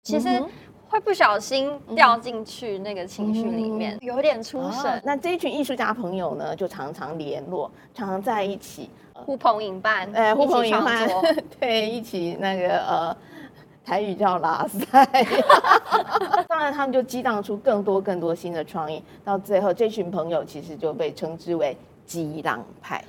其实会不小心掉进去那个情绪里面，有点出神。 那这一群艺术家朋友呢，就常常联络，常常在一起， 呼朋引伴， 呼朋引伴，对，一起那个台语叫拉塞。当然，他们就激荡出更多新的创意，到最后，这群朋友其实就被称之为激浪派。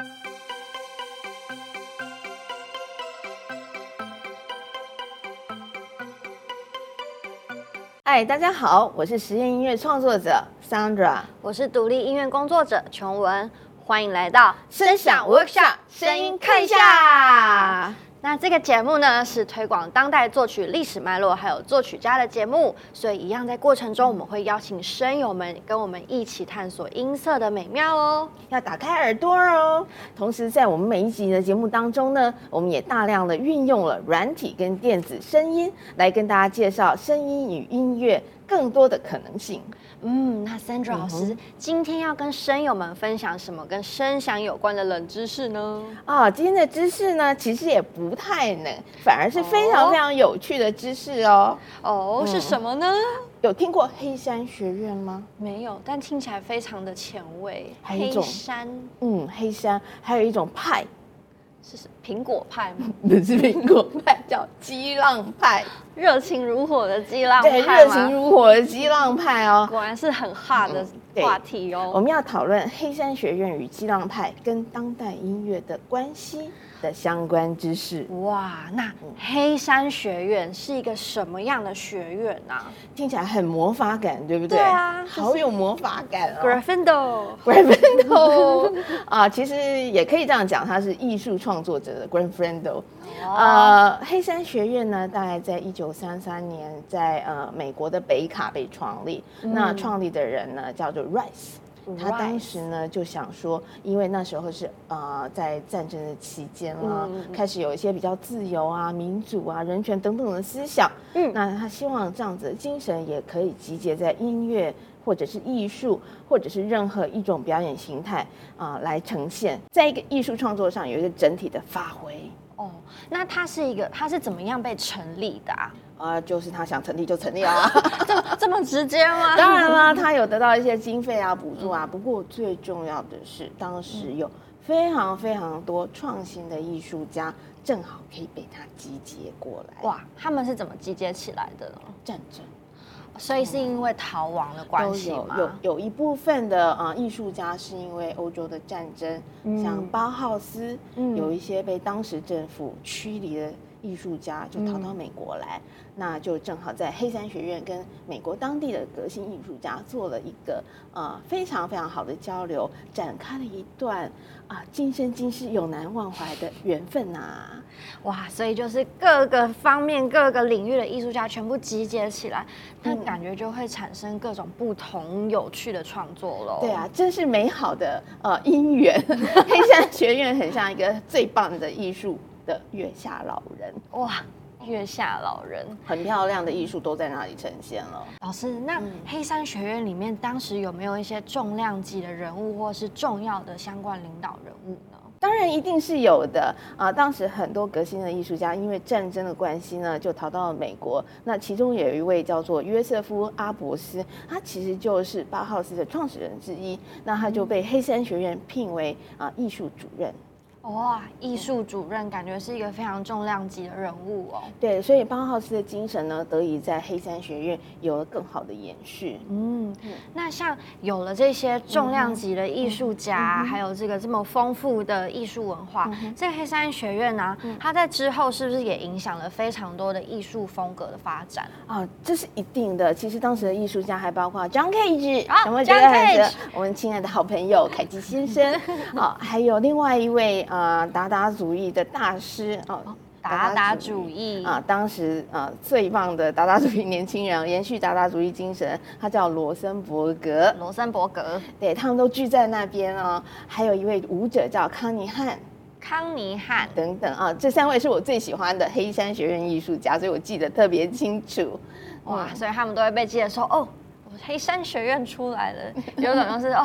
嗨，大家好，我是实验音乐创作者 Sandra， 我是独立音乐工作者琼文，欢迎来到声响 Workshop， 声音看一下。 那这个节目呢，是推广当代作曲历史脉络，还有作曲家的节目，所以一样在过程中，我们会邀请声友们跟我们一起探索音色的美妙哦， 要打开耳朵哦。同时，在我们每一集的节目当中呢，我们也大量的运用了软体跟电子声音，来跟大家介绍声音与音乐更多的可能性。 那 Sandra 老师，今天要跟声友们分享什么跟声响有关的冷知识呢？ 今天的知识呢，其实也不太冷，反而是非常有趣的知识哦。 是什么呢？ 有听过黑山学院吗？ 没有，但听起来非常的前卫。 黑山， 黑山，还有一种派。 是苹果派吗？ 不是苹果派，叫激浪派， 热情如火的激浪派。 对，热情如火的激浪派哦， 果然是很hot的话题哦。 我们要讨论黑山学院与激浪派跟当代音乐的关系的相关知识。 哇，那黑山学院是一个什么样的学院啊？ 听起来很魔法感，对不对？ 对啊， 好有魔法感哦。 Gryffindor 其实也可以这样讲，它是艺术创作者的 Gryffindor。黑山学院呢，大概在1933年在美国的北卡被创立。那创立的人呢，叫做 Rice。他当时呢就想说，因为那时候是在战争的期间啦，开始有一些比较自由啊、民主啊、人权等等的思想。那他希望这样子的精神也可以集结在音乐或者是艺术，或者是任何一种表演形态来呈现，在一个艺术创作上有一个整体的发挥。 那它是怎么样被成立的啊？ 就是他想成立就成立啊， 这么直接吗？ 当然啦，他有得到一些经费啊、补助啊。不过最重要的是，当时有非常多创新的艺术家，正好可以被他集结过来。 哇，他们是怎么集结起来的呢？ 战争。 所以是因为逃亡的关系吗？ 有一部分的艺术家是因为欧洲的战争，像包浩斯，有一些被当时政府驱离的艺术家就逃到美国来，那就正好在黑山学院跟美国当地的革新艺术家做了一个非常好的交流，展开了一段今生今世永难忘怀的缘分啊！ 哇，所以就是各个方面、各个领域的艺术家全部集结起来，那感觉就会产生各种不同有趣的创作咯。 对啊，真是美好的姻缘。黑山学院很像一个最棒的艺术的月下老人。 哇，月下老人， 很漂亮的艺术都在那里呈现了。 老师，那黑山学院里面当时有没有一些重量级的人物，或是重要的相关领导人物呢？ 当然一定是有的当时很多革新的艺术家因为战争的关系呢，就逃到了美国。那其中有一位叫做约瑟夫·阿伯斯，他其实就是包浩斯的创始人之一。那他就被黑山学院聘为艺术主任。 哇，艺术主任感觉是一个非常重量级的人物哦。 对，所以包浩斯的精神呢，得以在黑山学院有了更好的延续。 那像有了这些重量级的艺术家，还有这么丰富的艺术文化，这个黑山学院呢，它在之后是不是也影响了非常多的艺术风格的发展这是一定的。其实当时的艺术家还包括 John Cage， 有没有觉得我们亲爱的好朋友凯基先生还有另外一位达达主义的大师达达主义当时最棒的达达主义年轻人，延续达达主义精神，他叫罗森伯格。对，他们都聚在那边还有一位舞者叫康尼汉等等这3位是我最喜欢的黑山学院艺术家，所以我记得特别清楚。 哇，所以他们都会被记得说我黑山学院出来了，有种就是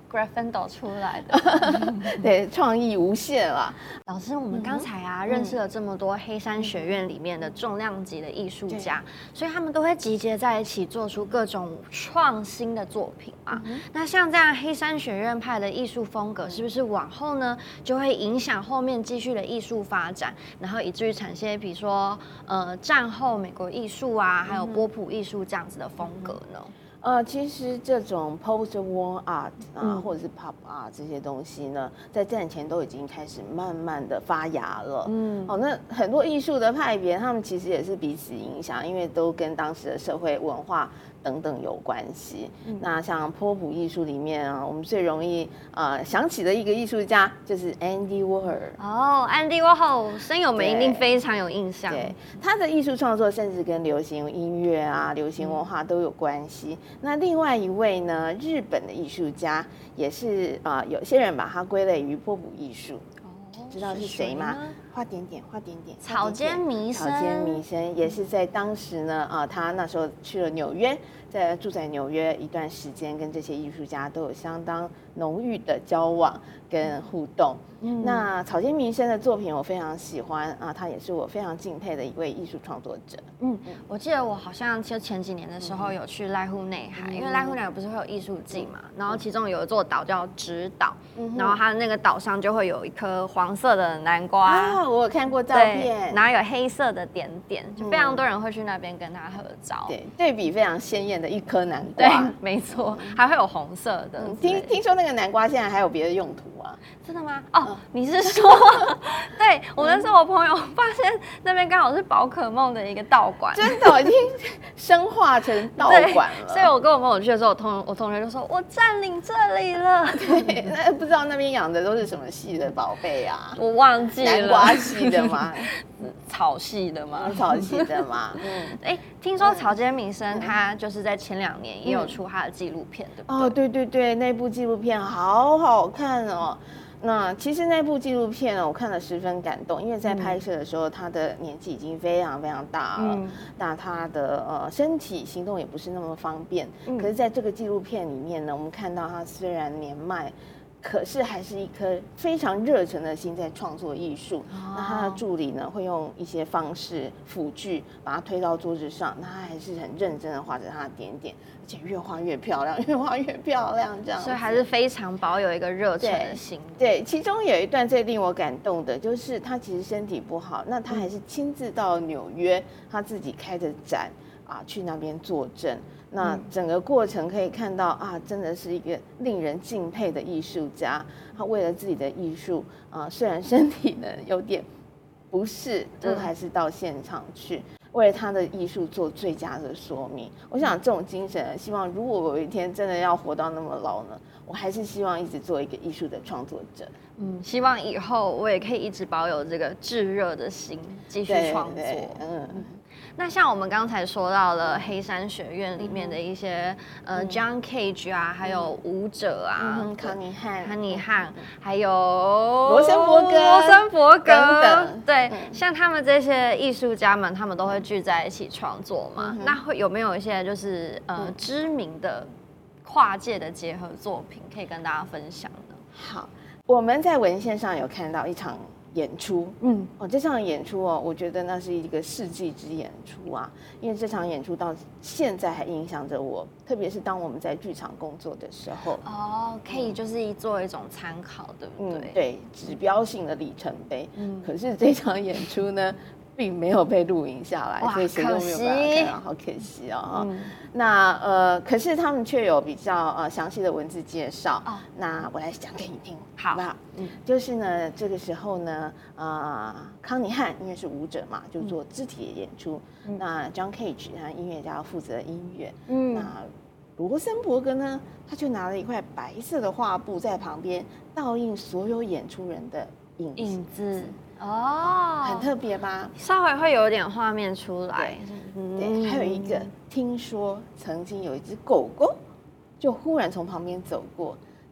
Gryffindor 出来的， 对，创意无限啦。 老师，我们刚才认识了这么多黑山学院里面的重量级的艺术家，所以他们都会集结在一起，做出各种创新的作品嘛。那像这样黑山学院派的艺术风格，是不是往后呢就会影响后面继续的艺术发展，然后以至于产生比如说战后美国艺术啊，还有波普艺术这样子的风格呢？ 其实这种 post-war art 或者是 pop art 这些东西呢，在战前都已经开始慢慢的发芽了。那很多艺术的派别，他们其实也是彼此影响，因为都跟当时的社会文化等等有关系。那像波普艺术里面啊，我们最容易想起的一个艺术家就是 Andy Warhol。 Andy Warhol 声友们一定非常有印象。 对，他的艺术创作甚至跟流行音乐啊、流行文化都有关系。那另外一位呢，日本的艺术家也是有些人把它归类于波普艺术。知道是谁吗？画点点，画点点。 草间弥生。 草间弥生也是在当时呢，他那时候去了纽约，住在纽约一段时间，跟这些艺术家都有相当浓郁的交往跟互动。那草间弥生的作品我非常喜欢啊，他也是我非常敬佩的一位艺术创作者。 我记得我好像就前几年的时候有去濑户内海，因为濑户内海不是会有艺术季嘛，然后其中有一座岛叫直岛，然后它的那个岛上就会有一颗黄色的南瓜， 我有看过照片， 然后有黑色的点点，就非常多人会去那边跟他合照， 对比非常鲜艳的一颗南瓜， 对，没错，还会有红色的。 听说那个南瓜现在还有别的用途啊？ 真的吗？你是说，对我那时候我朋友发现那边刚好是宝可梦的一个道馆， 真的已经深化成道馆了。 所以我跟我朋友去的时候，我同学就说我占领这里了。 对，那不知道那边养的都是什么系的宝贝啊？ 我忘记了， 南瓜系的吗？ 草系的吗？ 草系的吗？ 听说草间弥生他就是在前2年也有出他的纪录片，对不对？对，那部纪录片好好看哦。那其实那部纪录片呢，我看了十分感动，因为在拍摄的时候，他的年纪已经非常非常大了，那他的身体行动也不是那么方便。可是在这个纪录片里面呢，我们看到他虽然年迈，可是还是一颗非常热忱的心在创作艺术。那他的助理呢，会用一些方式辅具把它推到桌子上，那他还是很认真的画着他的点点，而且越画越漂亮，越画越漂亮，这样。 所以还是非常保有一个热忱的心。 对，其中有一段最令我感动的，就是他其实身体不好，那他还是亲自到纽约，他自己开着展去那边坐镇。那整个过程可以看到真的是一个令人敬佩的艺术家。他为了自己的艺术虽然身体呢有点不适，都还是到现场去为了他的艺术做最佳的说明。我想这种精神，希望如果我有一天真的要活到那么老呢，我还是希望一直做一个艺术的创作者。 希望以后我也可以一直保有这个炙热的心，继续创作。那像我们刚才说到了黑山学院里面的一些John Cage 啊，还有舞者啊， 康尼汉，还有罗森伯格等等。 对，像他们这些艺术家们，他们都会聚在一起创作嘛。那有没有一些就是知名的跨界的结合作品可以跟大家分享呢？ 好，我们在文献上有看到一场演出，这场演出我觉得那是一个世纪之演出啊，因为这场演出到现在还影响着我，特别是当我们在剧场工作的时候。 可以就是做一种参考，对不对？ 对，指标性的里程碑。可是这场演出呢，并没有被录影下来，所以谁都没有办法看到，好可惜哦。那可是他们却有比较详细的文字介绍。那我来讲给你听，好不好？就是呢，这个时候呢，康尼汉因为是舞者嘛，就做肢体的演出。那 John Cage 他音乐家负责音乐。那罗森伯格呢，他就拿了一块白色的画布在旁边倒映所有演出人的影子。很特别吧？ 稍微会有点画面出来。 对，还有一个，听说曾经有一只狗狗就忽然从旁边走过，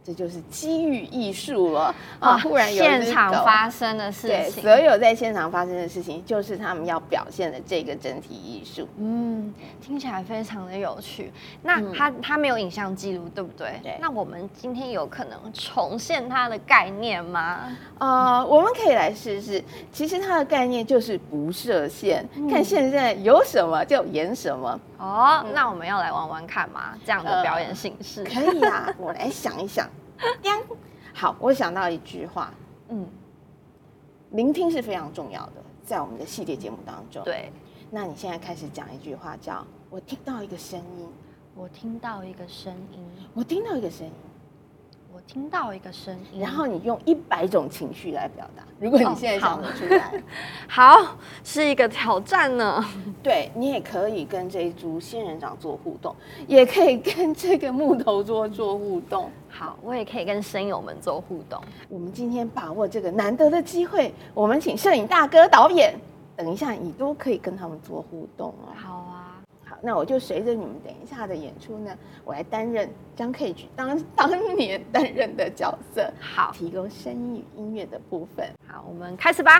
这就是机遇艺术了啊！忽然有现场发生的事对， 情， 所有在现场发生的事情，就是他们要表现的这个整体艺术。 听起来非常的有趣。那它没有影像记录，对不对？ 对。 那我们今天有可能重现它的概念吗？ 我们可以来试试。其实它的概念就是不设限，看现在有什么就演什么。 那我们要来玩玩看嘛，这样的表演形式。 可以啊，我来想一想。好，我想到一句话。聆听是非常重要的，在我们的系列节目当中。 对。 那你现在开始讲一句话，叫“我听到一个声音”。 我听到一个声音。 我听到一个声音。 我听到一个声音。 然后你用100种情绪来表达。如果你现在想得出来， 好，是一个挑战呢。 对，你也可以跟这一株仙人掌做互动，也可以跟这个木头做互动。 好，我也可以跟声友们做互动。 我们今天把握这个难得的机会，我们请摄影大哥、导演，等一下你都可以跟他们做互动哦。 好啊。 好，那我就随着你们等一下的演出呢，我来担任张K当年担任的角色， 好， 提供声音与音乐的部分。 好，我们开始吧。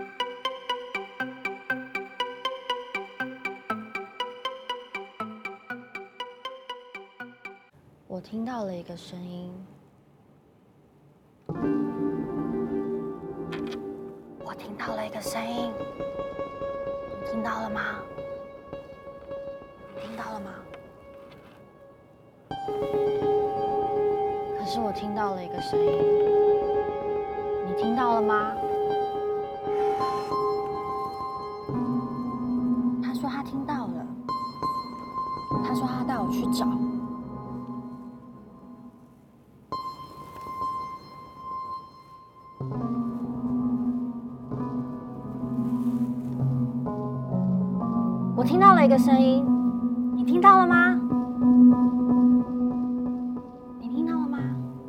我听到了一个声音，我听到了一个声音，你听到了吗？听到了吗？可是我听到了一个声音，你听到了吗？他说他听到了，他说他带我去找。我听到了一个声音，你听到了吗？你听到了吗？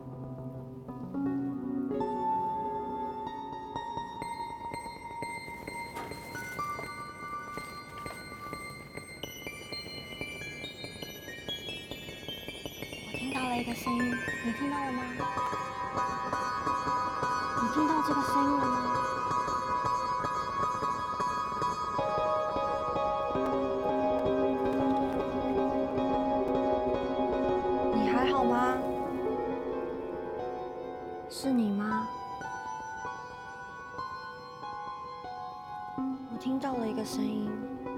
我听到了一个声音，你听到了吗？你听到这个声音了吗？是你吗？我听到了一个声音。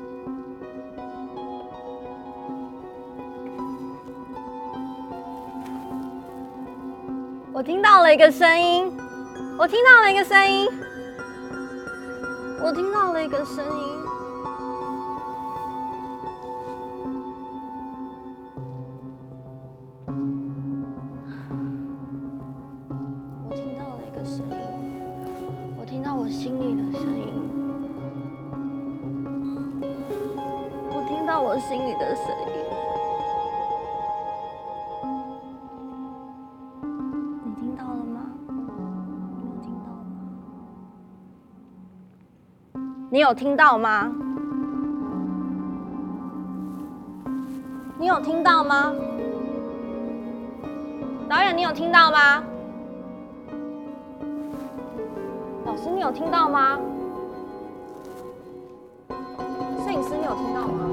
我听到了一个声音。我听到了一个声音。我听到了一个声音。我听到我心里的声音，我听到我心里的声音，你听到了吗？你有听到吗？你有听到吗？你有听到吗？导演，你有听到吗？老师，你有听到吗？摄影师，你有听到吗？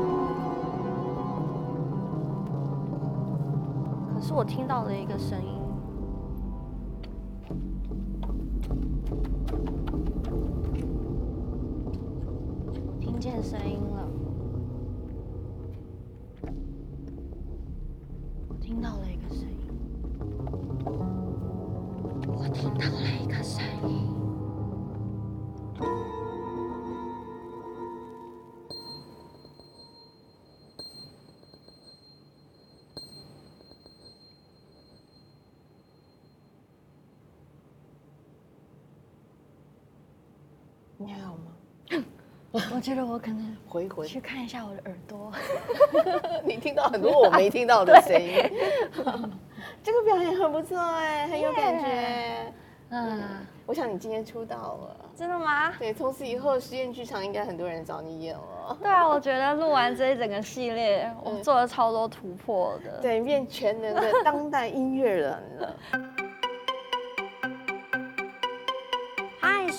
可是我听到了一个声音，我听见声音了，我听到了一个声音，我听到了一个声音。 你还好吗？ 我觉得我可能回魂去看一下我的耳朵。 你听到很多我没听到的声音。这个表演很不错哎，很有感觉。我想你今天出道了。 真的吗？ 对，从此以后实验剧场应该很多人找你演了。 对啊，我觉得录完这一整个系列，我做了超多突破的。 对，变全能的当代音乐人了。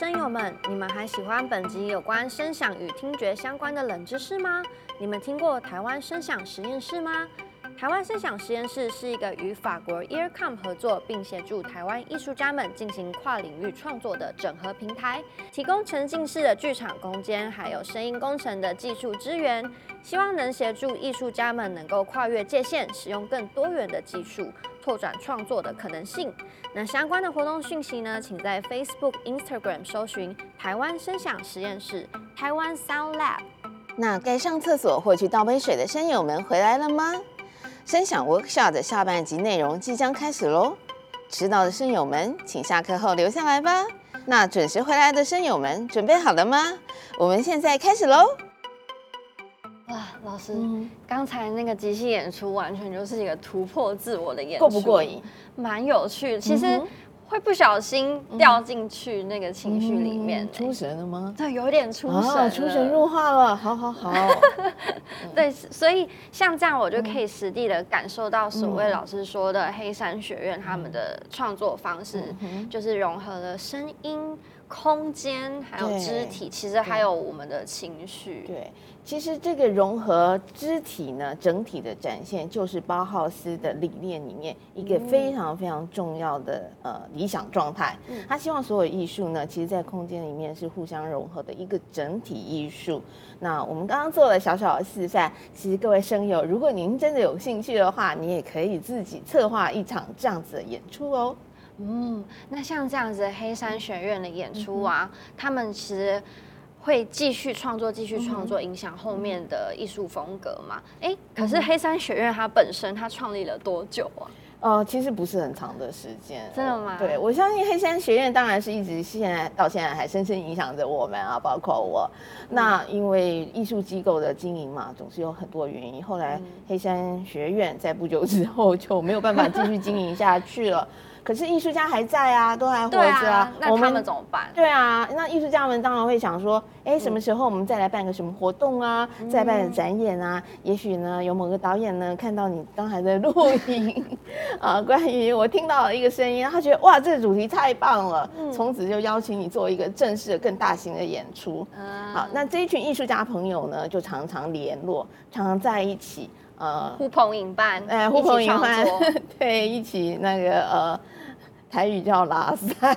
声友们，你们还喜欢本集有关声响与听觉相关的冷知识吗？你们听过台湾声响实验室吗？台湾声响实验室是一个与法国 Earcom 合作，并协助台湾艺术家们进行跨领域创作的整合平台，提供沉浸式的剧场空间，还有声音工程的技术支援，希望能协助艺术家们能够跨越界限，使用更多元的技术，拓展创作的可能性。那相关的活动讯息呢，请在 Facebook、Instagram 搜寻台湾声响实验室台湾 Sound Lab。 那该上厕所或去倒杯水的声友们回来了吗？声响 Workshop 的下半集内容即将开始喽，迟到的声友们，请下课后留下来吧。那准时回来的声友们，准备好了吗？我们现在开始喽！ 哇，老师，刚才那个即兴演出完全就是一个突破自我的演出， 过不过瘾？ 蛮有趣，其实会不小心掉进去那个情绪里面， 出神了吗？ 对，有点出神， 出神入化了，好好好。 对，所以像这样，我就可以实地的感受到所谓老师说的黑山学院他们的创作方式，就是融合了声音、空间还有肢体，其实还有我们的情绪。 对，其实这个融合肢体呢，整体的展现就是包浩斯的理念里面一个非常非常重要的理想状态。他希望所有艺术呢，其实在空间里面是互相融合的一个整体艺术。那我们刚刚做了小小的示范，其实各位声友，如果您真的有兴趣的话，你也可以自己策划一场这样子的演出哦。 那像这样子的黑山学院的演出啊，他们其实会继续创作，影响后面的艺术风格嘛？可是黑山学院它本身它创立了多久啊？ 其实不是很长的时间。 真的吗？ 对，我相信黑山学院当然是一直到现在还深深影响着我们啊，包括我。那因为艺术机构的经营嘛，总是有很多原因。后来黑山学院在不久之后就没有办法继续经营下去了。可是艺术家还在啊，都还活着啊。 那他们怎么办？ 对啊，那艺术家们当然会想说，什么时候我们再来办个什么活动啊，再办个展演啊？也许呢，有某个导演呢看到你刚才的录影关于我听到了一个声音，他觉得哇，这个主题太棒了，从此就邀请你做一个正式的、更大型的演出。好，那这一群艺术家朋友呢，就常常联络，常常在一起。 呼朋引伴， 呼朋引伴，对，一起那个台语叫拉塞，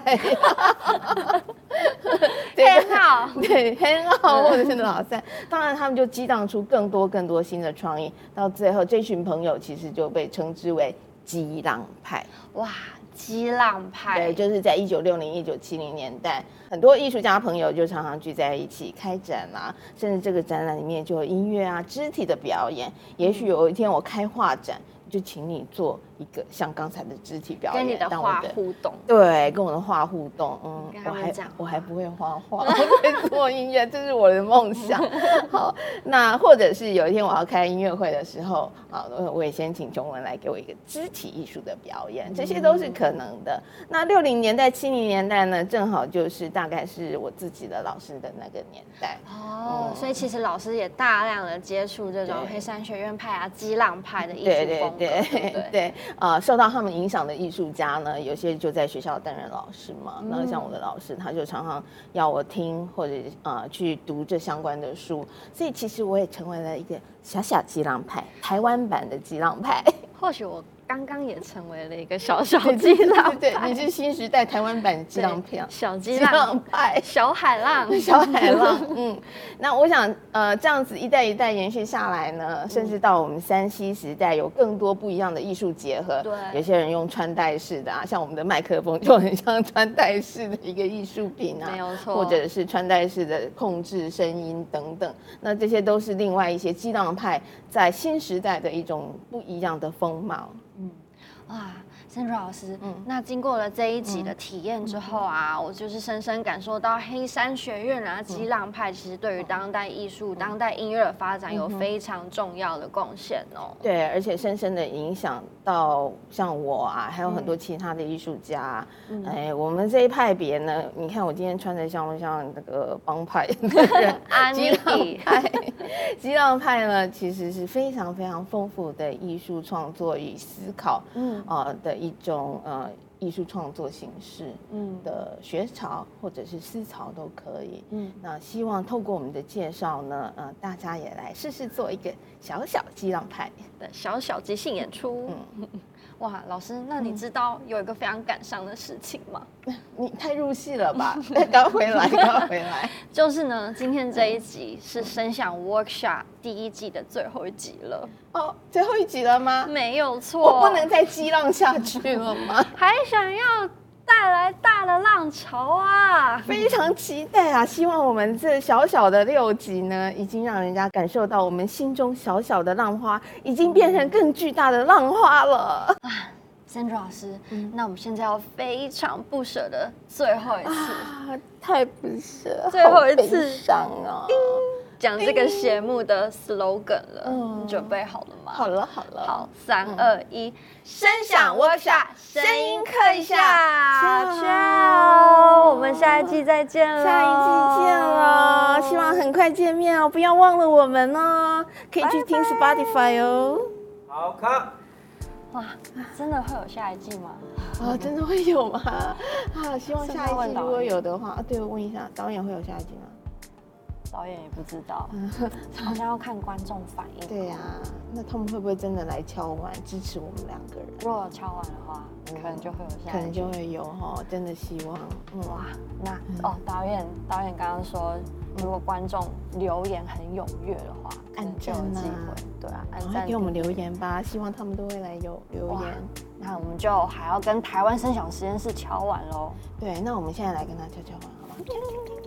很好， 对，很好，或者是拉塞。当然，他们就激荡出更多新的创意，到最后，这群朋友其实就被称之为激浪派。 哇！激浪派， 对，就是在1960、1970年代，很多艺术家朋友就常常聚在一起开展啊，甚至这个展览里面就有音乐啊、肢体的表演。也许有一天我开画展，就请你做一个像刚才的肢体表演， 跟你的画互动， 对，跟我的画互动。我还不会画画，我会做音乐，这是我的梦想。好，那或者是有一天我要开音乐会的时候，我也先请琼文来给我一个肢体艺术的表演，这些都是可能的。那60年代、70年代呢，正好就是大概是我自己的老师的那个年代。 所以其实老师也大量的接触这种黑山学院派啊、激浪派的艺术风格， 对，受到他们影响的艺术家呢，有些就在学校担任老师嘛。那像我的老师，他就常常要我听或者去读这相关的书，所以其实我也成为了一个小小激浪派，台湾版的激浪派。 或许我刚刚也成为了一个小小激浪派， 对，你是新时代台湾版的激浪派， 小激浪派，小海浪， 小海浪。那我想这样子一代一代延续下来呢，甚至到我们3C时代，有更多不一样的艺术结合。 对， 有些人用穿戴式的啊，像我们的麦克风就很像穿戴式的一个艺术品啊， 没有错，或者是穿戴式的控制声音等等。那这些都是另外一些激浪派在新时代的一种不一样的风貌。 哇，Sandra 老师，那经过了这一集的体验之后啊，我就是深深感受到黑山学院啊、激浪派其实对于当代艺术、当代音乐的发展有非常重要的贡献哦。 对，而且深深的影响到像我啊，还有很多其他的艺术家。我们这一派别呢，你看我今天穿的像不像那个帮派的人？激浪派，激浪派呢，其实是非常非常丰富的艺术创作与思考。的一种艺术创作形式的学潮或者是思潮都可以。那希望透过我们的介绍呢，大家也来试试做一个小小激浪派的小小即兴演出。哇，老师，那你知道有一个非常感伤的事情吗？ 你太入戏了吧！刚回来，刚回来。 就是呢，今天这一集是声响 Workshop 第1季的最后一集了。 哦，最后一集了吗？ 没有错。 我不能再激浪下去了吗？ 还想要带来大的浪潮啊！ 非常期待啊！希望我们这小小的6集呢，已经让人家感受到我们心中小小的浪花已经变成更巨大的浪花了。 Sandra 老师，那我们现在要非常不舍的最后一次， 太不舍， 最后一次伤啊！ 讲这个节目的 slogan 了，你准备好了吗？ 好了，好了， 好，3、2、1，声响 Workshop， 声音课一下 ，Ciao， 我们下一季再见了， 下一季见了，希望很快见面哦，不要忘了我们哦，可以去听 Spotify 哦。 好看。 哇，真的会有下一季吗？ 真的会有吗？希望下一季如果有的话，对，我问一下，导演会有下一季吗？ 导演也不知道，好像要看观众反应。 对呀，那他们会不会真的来敲碗支持我们2个人？ 如果敲碗的话，可能就会有下一季， 可能就会有哈，真的希望。 哇，那导演刚刚说，如果观众留言很踊跃的话， 按赞就有机会。对啊，按赞给我们留言吧，希望他们都会来留言。 那我们就还要跟台湾声响实验室敲碗喽。 对，那我们现在来跟他敲敲碗，好不好？